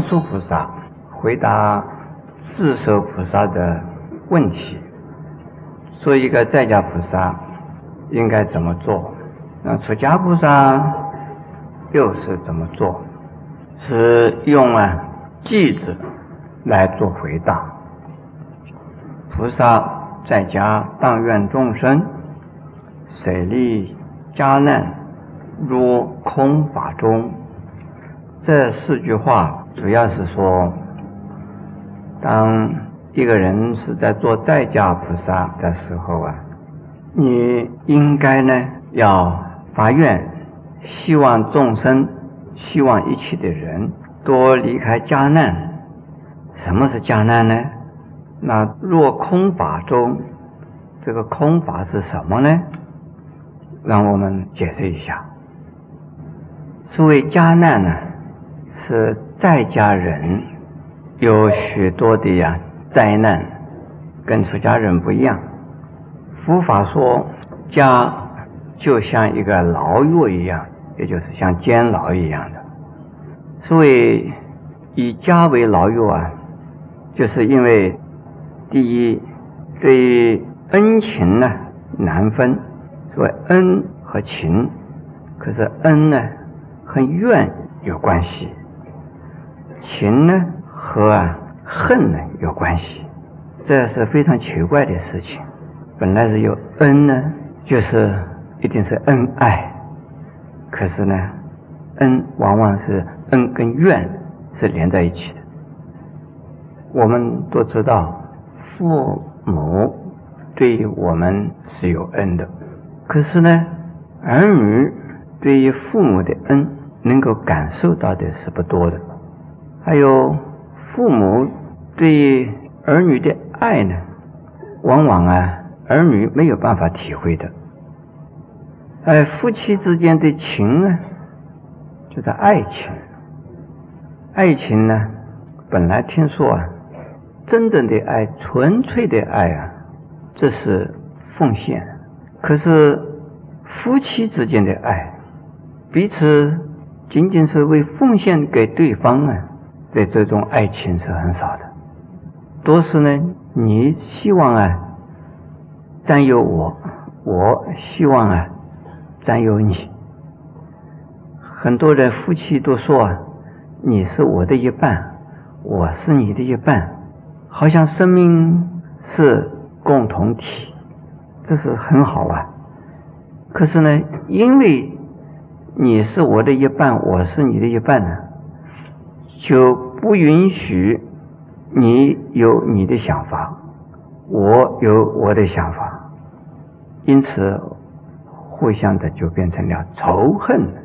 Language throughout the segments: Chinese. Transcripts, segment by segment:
殊菩萨回答智首菩萨的问题，做一个在家菩萨应该怎么做？那出家菩萨又是怎么做？是用偈子来做回答。菩萨在家当愿众生，水利迦难，若空法中。这4句话主要是说，当一个人是在做在家菩萨的时候你应该呢要发愿，希望众生，希望一切的人多离开迦难。什么是迦难呢？那若空法中，这个空法是什么呢？让我们解释一下。所谓迦难呢，是在家人有许多的灾难，跟出家人不一样。佛法说家就像一个牢狱一样，也就是像监牢一样的。所谓以家为牢狱就是因为第一，对于恩情呢难分。所谓恩和情，可是恩呢和怨有关系，情呢和恨呢有关系。这是非常奇怪的事情。本来是有恩呢，就是一定是恩爱，可是呢恩往往是恩跟怨是连在一起的。我们都知道父母对于我们是有恩的，可是呢儿女对于父母的恩能够感受到的是不多的。还有父母对于儿女的爱呢，往往儿女没有办法体会的。夫妻之间的情呢，就是爱情。爱情呢，本来听说真正的爱，纯粹的爱这是奉献。可是夫妻之间的爱，彼此仅仅是为奉献给对方在这种爱情是很少的。多是呢，你希望占有我，我希望占有你。很多人夫妻都说你是我的一半，我是你的一半，好像生命是共同体，这是很好可是呢，因为你是我的一半，我是你的一半呢，就不允许你有你的想法，我有我的想法，因此互相的就变成了仇恨了。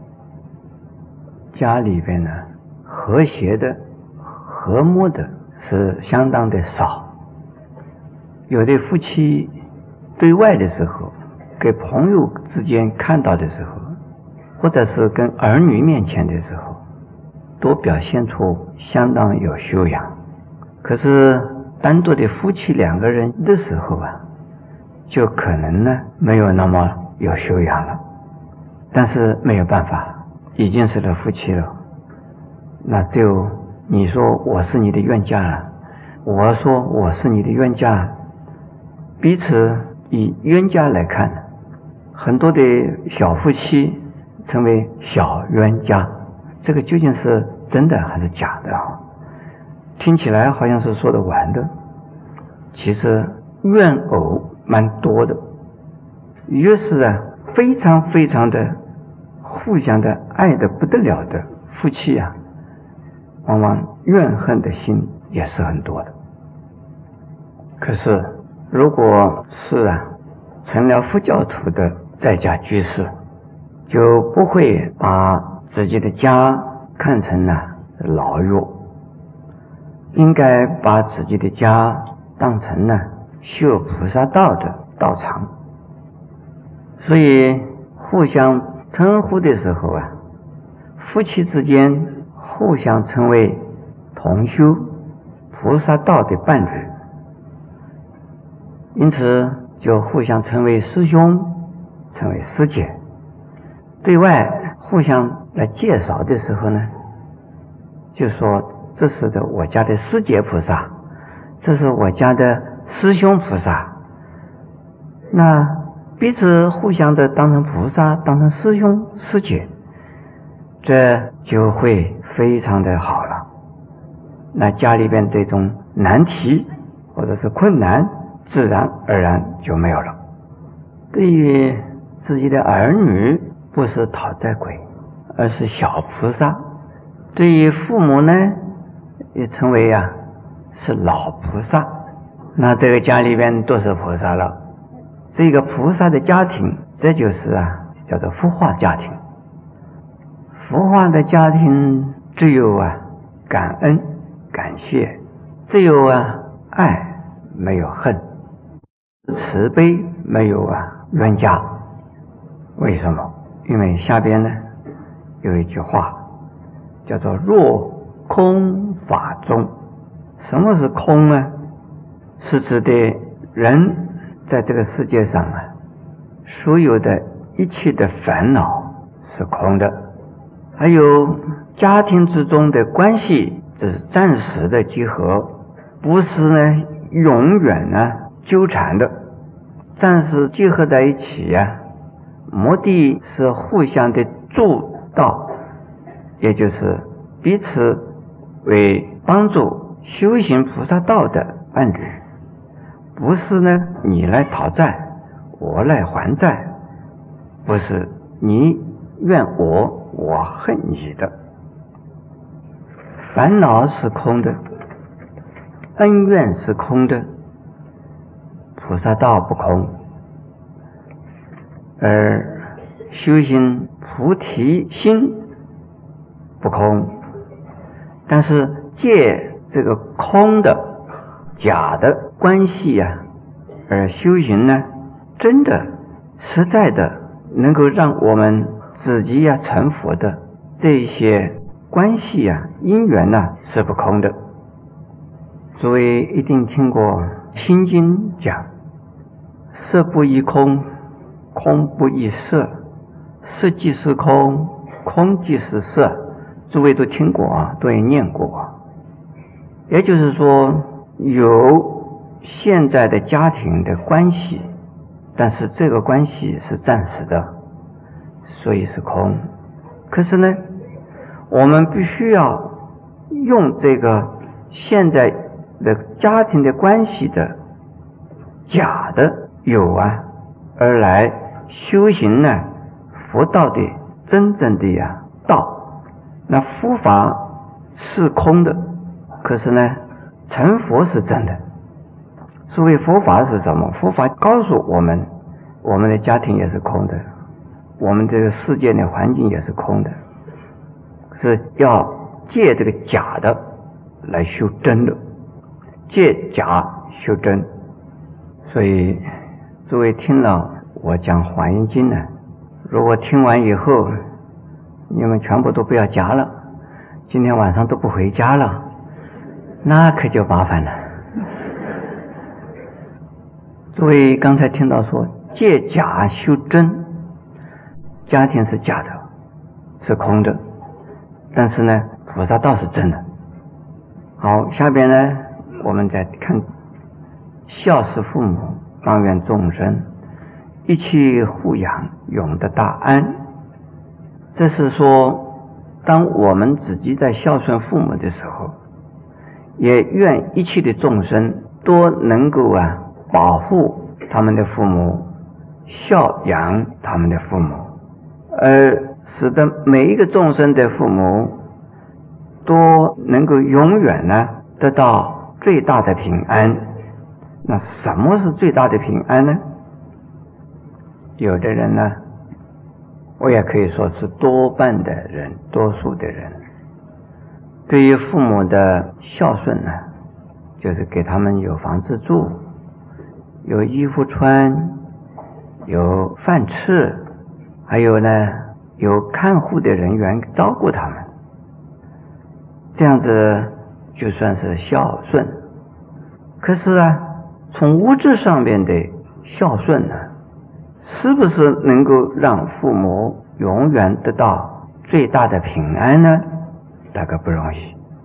家里边呢，和谐的、和睦的是相当的少。有的夫妻对外的时候，给朋友之间看到的时候，或者是跟儿女面前的时候，都表现出相当有修养。可是单独的夫妻2个人的时候就可能呢没有那么有修养了。但是没有办法，已经是了夫妻了，那只有你说我是你的冤家了，我说我是你的冤家，彼此以冤家来看。很多的小夫妻成为小冤家，这个究竟是真的还是假的听起来好像是说得完的，其实怨偶蛮多的。越是非常非常的互相的爱得不得了的夫妻往往怨恨的心也是很多的。可是如果是成了佛教徒的在家居士，就不会把自己的家看成牢狱，应该把自己的家当成修菩萨道的道场。所以互相称呼的时候夫妻之间互相成为同修菩萨道的伴侣，因此就互相成为师兄，成为师姐。对外互相来介绍的时候呢， 就说这是我家的师姐菩萨，这是我家的师兄菩萨，那彼此互相的当成菩萨，当成师兄师姐，这就会非常的好了。那家里边这种难题或者是困难，自然而然就没有了。对于自己的儿女，不是讨债鬼，而是小菩萨。对于父母呢，也称为是老菩萨。那这个家里边都是菩萨了，这个菩萨的家庭，这就是叫做福化家庭。福化的家庭只有感恩感谢，只有爱，没有恨，慈悲，没有冤家。为什么？因为下边呢有一句话叫做若空法中。什么是空呢？是指的人在这个世界上所有的一切的烦恼是空的，还有家庭之中的关系，这是暂时的结合，不是呢永远纠缠的。暂时结合在一起目的是互相的助道，也就是彼此为帮助修行菩萨道的伴侣，不是呢你来讨债，我来还债，不是你怨我，我恨你的。烦恼是空的，恩怨是空的，菩萨道不空。而修行菩提心不空，但是借这个空的假的关系而修行呢，真的实在的能够让我们自己成佛的这些关系因缘是不空的。诸位一定听过心经讲，色不异空，空不异色，色即是空，空即是色。诸位都听过都也念过。也就是说，有现在的家庭的关系，但是这个关系是暂时的，所以是空。可是呢，我们必须要用这个现在的家庭的关系的假的有而来修行呢佛道的真正的道。那佛法是空的，可是呢成佛是真的。所谓佛法是什么？佛法告诉我们，我们的家庭也是空的，我们这个世界的环境也是空的，是要借这个假的来修真的，借假修真。所以诸位听了我讲华严经呢，如果听完以后你们全部都不要夹了，今天晚上都不回家了，那可就麻烦了。诸位刚才听到说借假修真，家庭是假的，是空的，但是呢菩萨道是真的。好，下边呢我们再看孝事父母，当愿众生一起护养，永得大安。这是说，当我们自己在孝顺父母的时候，也愿一切的众生都能够保护他们的父母，孝养他们的父母，而使得每一个众生的父母都能够永远得到最大的平安。那什么是最大的平安呢？有的人呢，我也可以说是多半的人，多数的人，对于父母的孝顺呢，就是给他们有房子住，有衣服穿，有饭吃，还有呢有看护的人员照顾他们，这样子就算是孝顺。可是从物质上面的孝顺呢，是不是能够让父母永远得到最大的平安呢？大概不容易。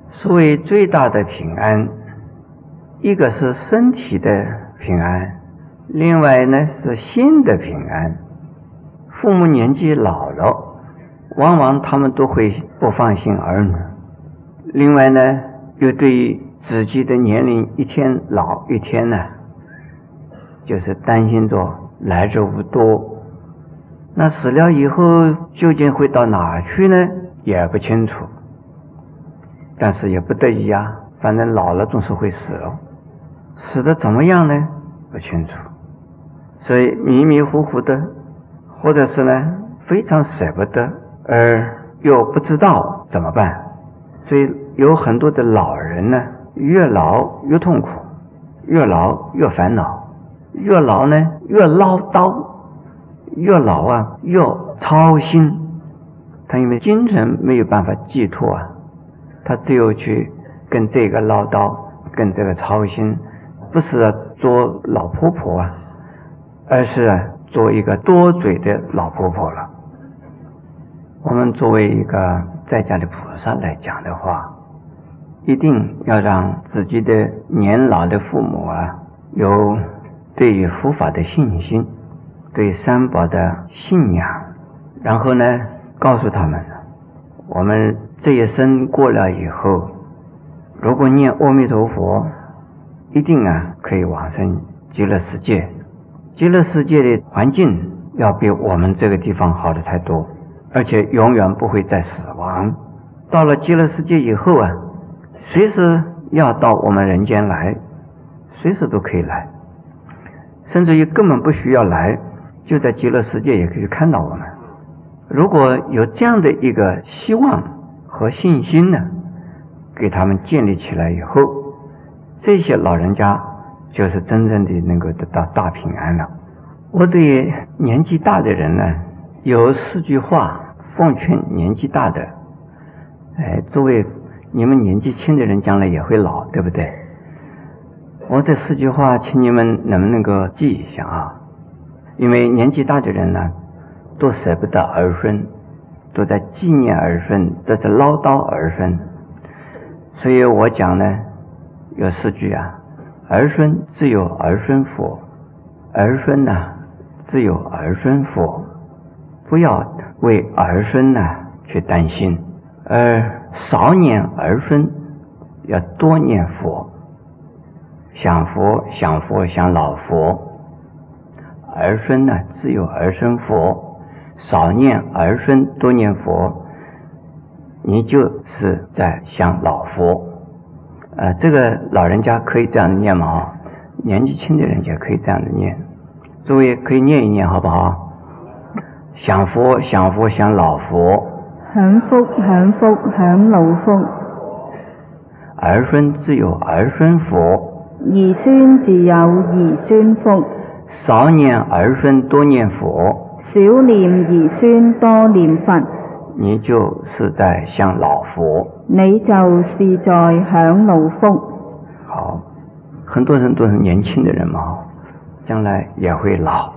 所谓最大的平安，一个是身体的平安，另外呢是心的平安。父母年纪老了，往往他们都会不放心儿女，另外呢又对自己的年龄一天老一天呢，就是担心着来之无多。那死了以后究竟会到哪去呢？也不清楚，但是也不得已啊，反正老了总是会死了，死的怎么样呢？不清楚，所以迷迷糊糊的，或者是呢非常舍不得，而又不知道怎么办。所以有很多的老人呢，越老越痛苦，越老越烦恼，越老呢越唠叨，越老啊越操心。他因为精神没有办法寄托啊，他只有去跟这个唠叨，跟这个操心，不是做老婆婆啊，而是做一个多嘴的老婆婆了。我们作为一个在家的菩萨来讲的话，一定要让自己的年老的父母啊，有对于佛法的信心，对三宝的信仰，然后呢告诉他们，我们这一生过了以后，如果念阿弥陀佛，一定可以往生极乐世界。极乐世界的环境要比我们这个地方好的太多，而且永远不会再死亡。到了极乐世界以后随时要到我们人间来，随时都可以来，甚至于根本不需要来，就在极乐世界也可以看到我们。如果有这样的一个希望和信心呢，给他们建立起来以后，这些老人家就是真正的能够得到大平安了。我对年纪大的人呢，有4句话奉劝年纪大的，作为你们年纪轻的人将来也会老，对不对？我这4句话请你们能不能够记一下啊？因为年纪大的人呢，都舍不得儿孙，都在纪念儿孙，这是唠叨儿孙。所以我讲呢有4句儿孙自有儿孙福，儿孙自有儿孙福，不要为儿孙去担心，而少念儿孙，要多念佛，想佛想佛想老佛。儿孙自有儿孙福，少念儿孙多念佛，你就是在想老佛。这个老人家可以这样念吗？年纪轻的人也可以这样的念，诸位可以念一念好不好？想佛想佛想老佛， 享福享福享老福， 儿孙自有儿孙福， 儿孫自有兒孫福， 少念兒孫多念佛， 少念兒孫多念佛， 你就是在享老福， 你就是在享老福。 好，很多人都是年轻的人嘛，将来也会老，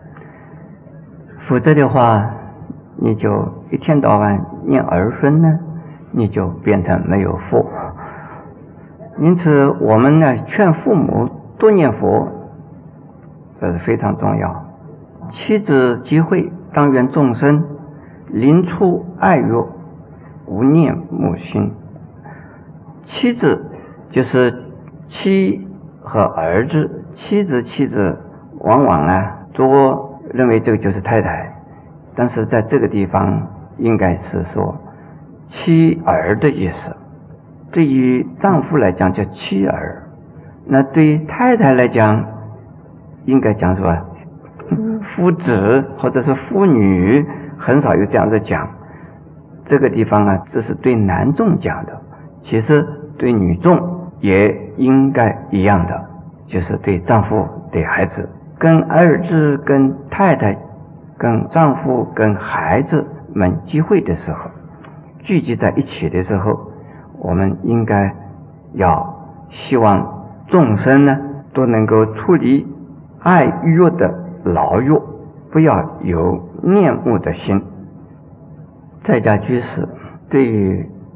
否则的话你就一天到晚念儿孙呢，你就变成没有福。因此我们劝父母多念佛，这是非常重要。妻子集会，当愿众生临出爱欲，无念母心。妻子就是妻和儿子，妻子往往多认为这个就是太太，但是在这个地方应该是说妻儿的意思。对于丈夫来讲叫妻儿，那对于太太来讲应该讲什么？夫子或者是妇女，很少有这样的讲。这个地方这是对男众讲的，其实对女众也应该一样的，就是对丈夫对孩子，跟儿子跟太太跟丈夫跟孩子们聚会的时候，聚集在一起的时候，我们应该要希望众生都能够处理爱欲的牢狱，不要有念恶的心。在家居士对于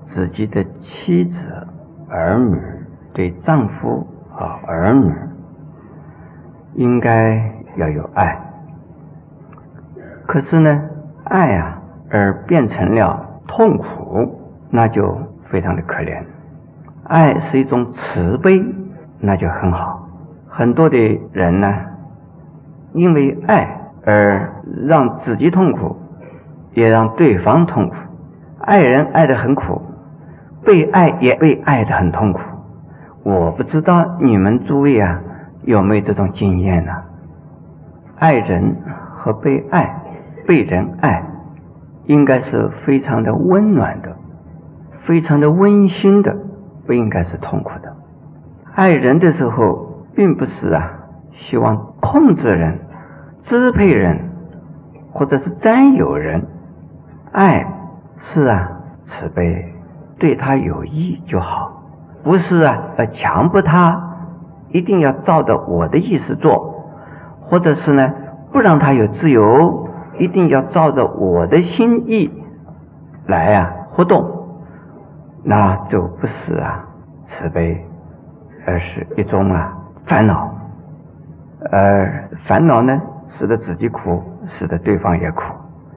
自己的妻子、儿女，对丈夫和儿女，应该要有爱。可是呢，爱而变成了痛苦，那就非常的可怜。爱是一种慈悲，那就很好。很多的人呢，因为爱而让自己痛苦，也让对方痛苦。爱人爱得很苦，被爱也被爱得很痛苦。我不知道你们诸位有没有这种经验呢？爱人和被爱、被人爱，应该是非常的温暖的，非常的温馨的，不应该是痛苦的。爱人的时候，并不是希望控制人、支配人，或者是占有人。爱是慈悲，对他有益就好，不是要强迫他一定要照着我的意思做，或者是呢不让他有自由，一定要照着我的心意来活动，那就不是慈悲，而是一种烦恼。而烦恼呢，使得自己苦，使得对方也苦。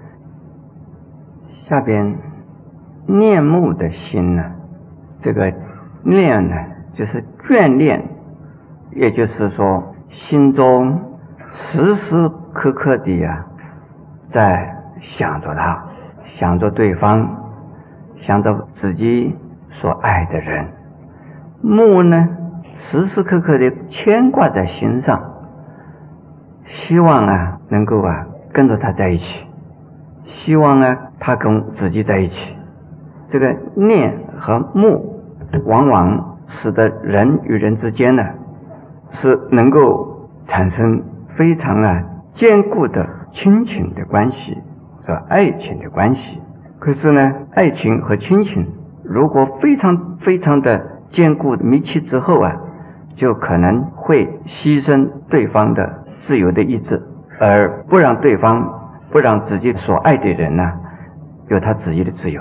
下边念慕的心呢，这个念呢，就是眷恋，也就是说心中时时刻刻地在想着他，想着对方，想着自己所爱的人。慕呢，时时刻刻地牵挂在心上，希望能够跟着他在一起，希望他跟自己在一起。这个念和慕往往使得人与人之间呢，是能够产生非常坚固的亲情的关系，是爱情的关系。可是呢，爱情和亲情如果非常非常的坚固密切之后就可能会牺牲对方的自由的意志，而不让对方，不让自己所爱的人有他自己的自由。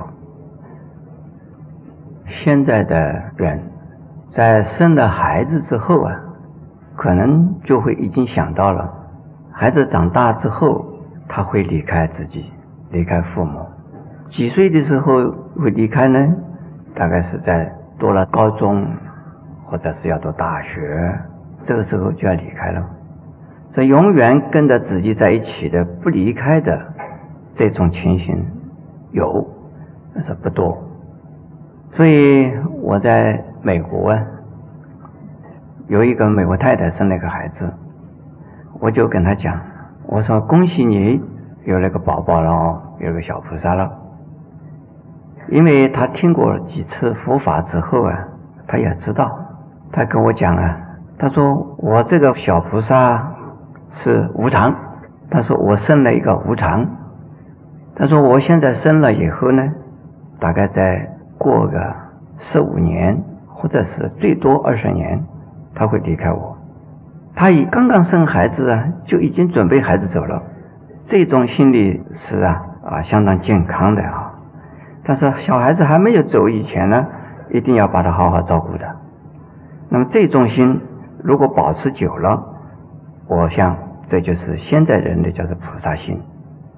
现在的人在生了孩子之后可能就会已经想到了，孩子长大之后他会离开自己，离开父母。几岁的时候会离开呢？大概是在读了高中，或者是要读大学，这个时候就要离开了。这永远跟着自己在一起的，不离开的这种情形有，但是不多。所以我在美国有一个美国太太生了一个孩子，我就跟她讲，我说恭喜你有了个宝宝了，有了个小菩萨了。因为她听过几次佛法之后她也知道，她跟我讲她说我这个小菩萨是无常，她说我生了一个无常，她说我现在生了以后呢，大概再过个15年，或者是最多20年，他会离开我。他刚刚生孩子就已经准备孩子走了，这种心理是相当健康的但是小孩子还没有走以前呢，一定要把他好好照顾的。那么这种心如果保持久了，我想这就是现在人的叫做菩萨心。